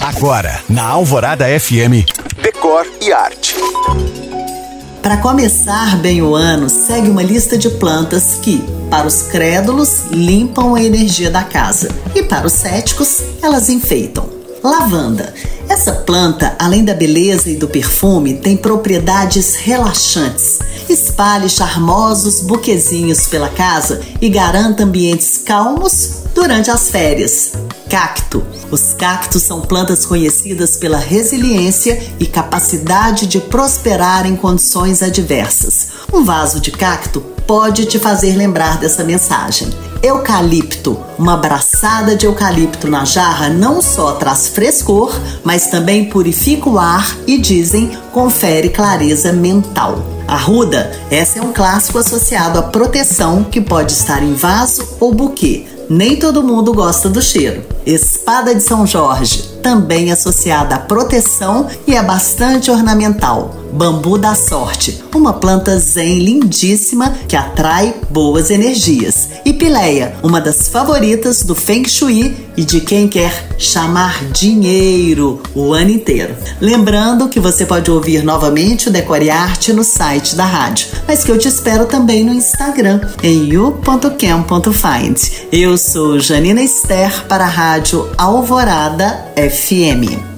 Agora, na Alvorada FM, Decor e Arte. Para começar bem o ano, segue uma lista de plantas que, para os crédulos, limpam a energia da casa e, para os céticos, elas enfeitam. Lavanda. Essa planta, além da beleza e do perfume, tem propriedades relaxantes. Espalhe charmosos buquezinhos pela casa e garanta ambientes calmos durante as férias. Cacto. Os cactos são plantas conhecidas pela resiliência e capacidade de prosperar em condições adversas. Um vaso de cacto pode te fazer lembrar dessa mensagem. Eucalipto. Uma abraçada de eucalipto na jarra não só traz frescor, mas também purifica o ar e, dizem, confere clareza mental. Arruda. Essa é um clássico associado à proteção que pode estar em vaso ou buquê. Nem todo mundo gosta do cheiro. Espada de São Jorge, também associada à proteção e é bastante ornamental. Bambu da sorte, uma planta zen lindíssima que atrai boas energias. E pileia, uma das favoritas do Feng Shui e de quem quer chamar dinheiro o ano inteiro. Lembrando que você pode ouvir novamente o Decor e Arte no site da rádio, mas que eu te espero também no Instagram, em you.cam.find. Eu sou Janina Esther para a Rádio Alvorada FM.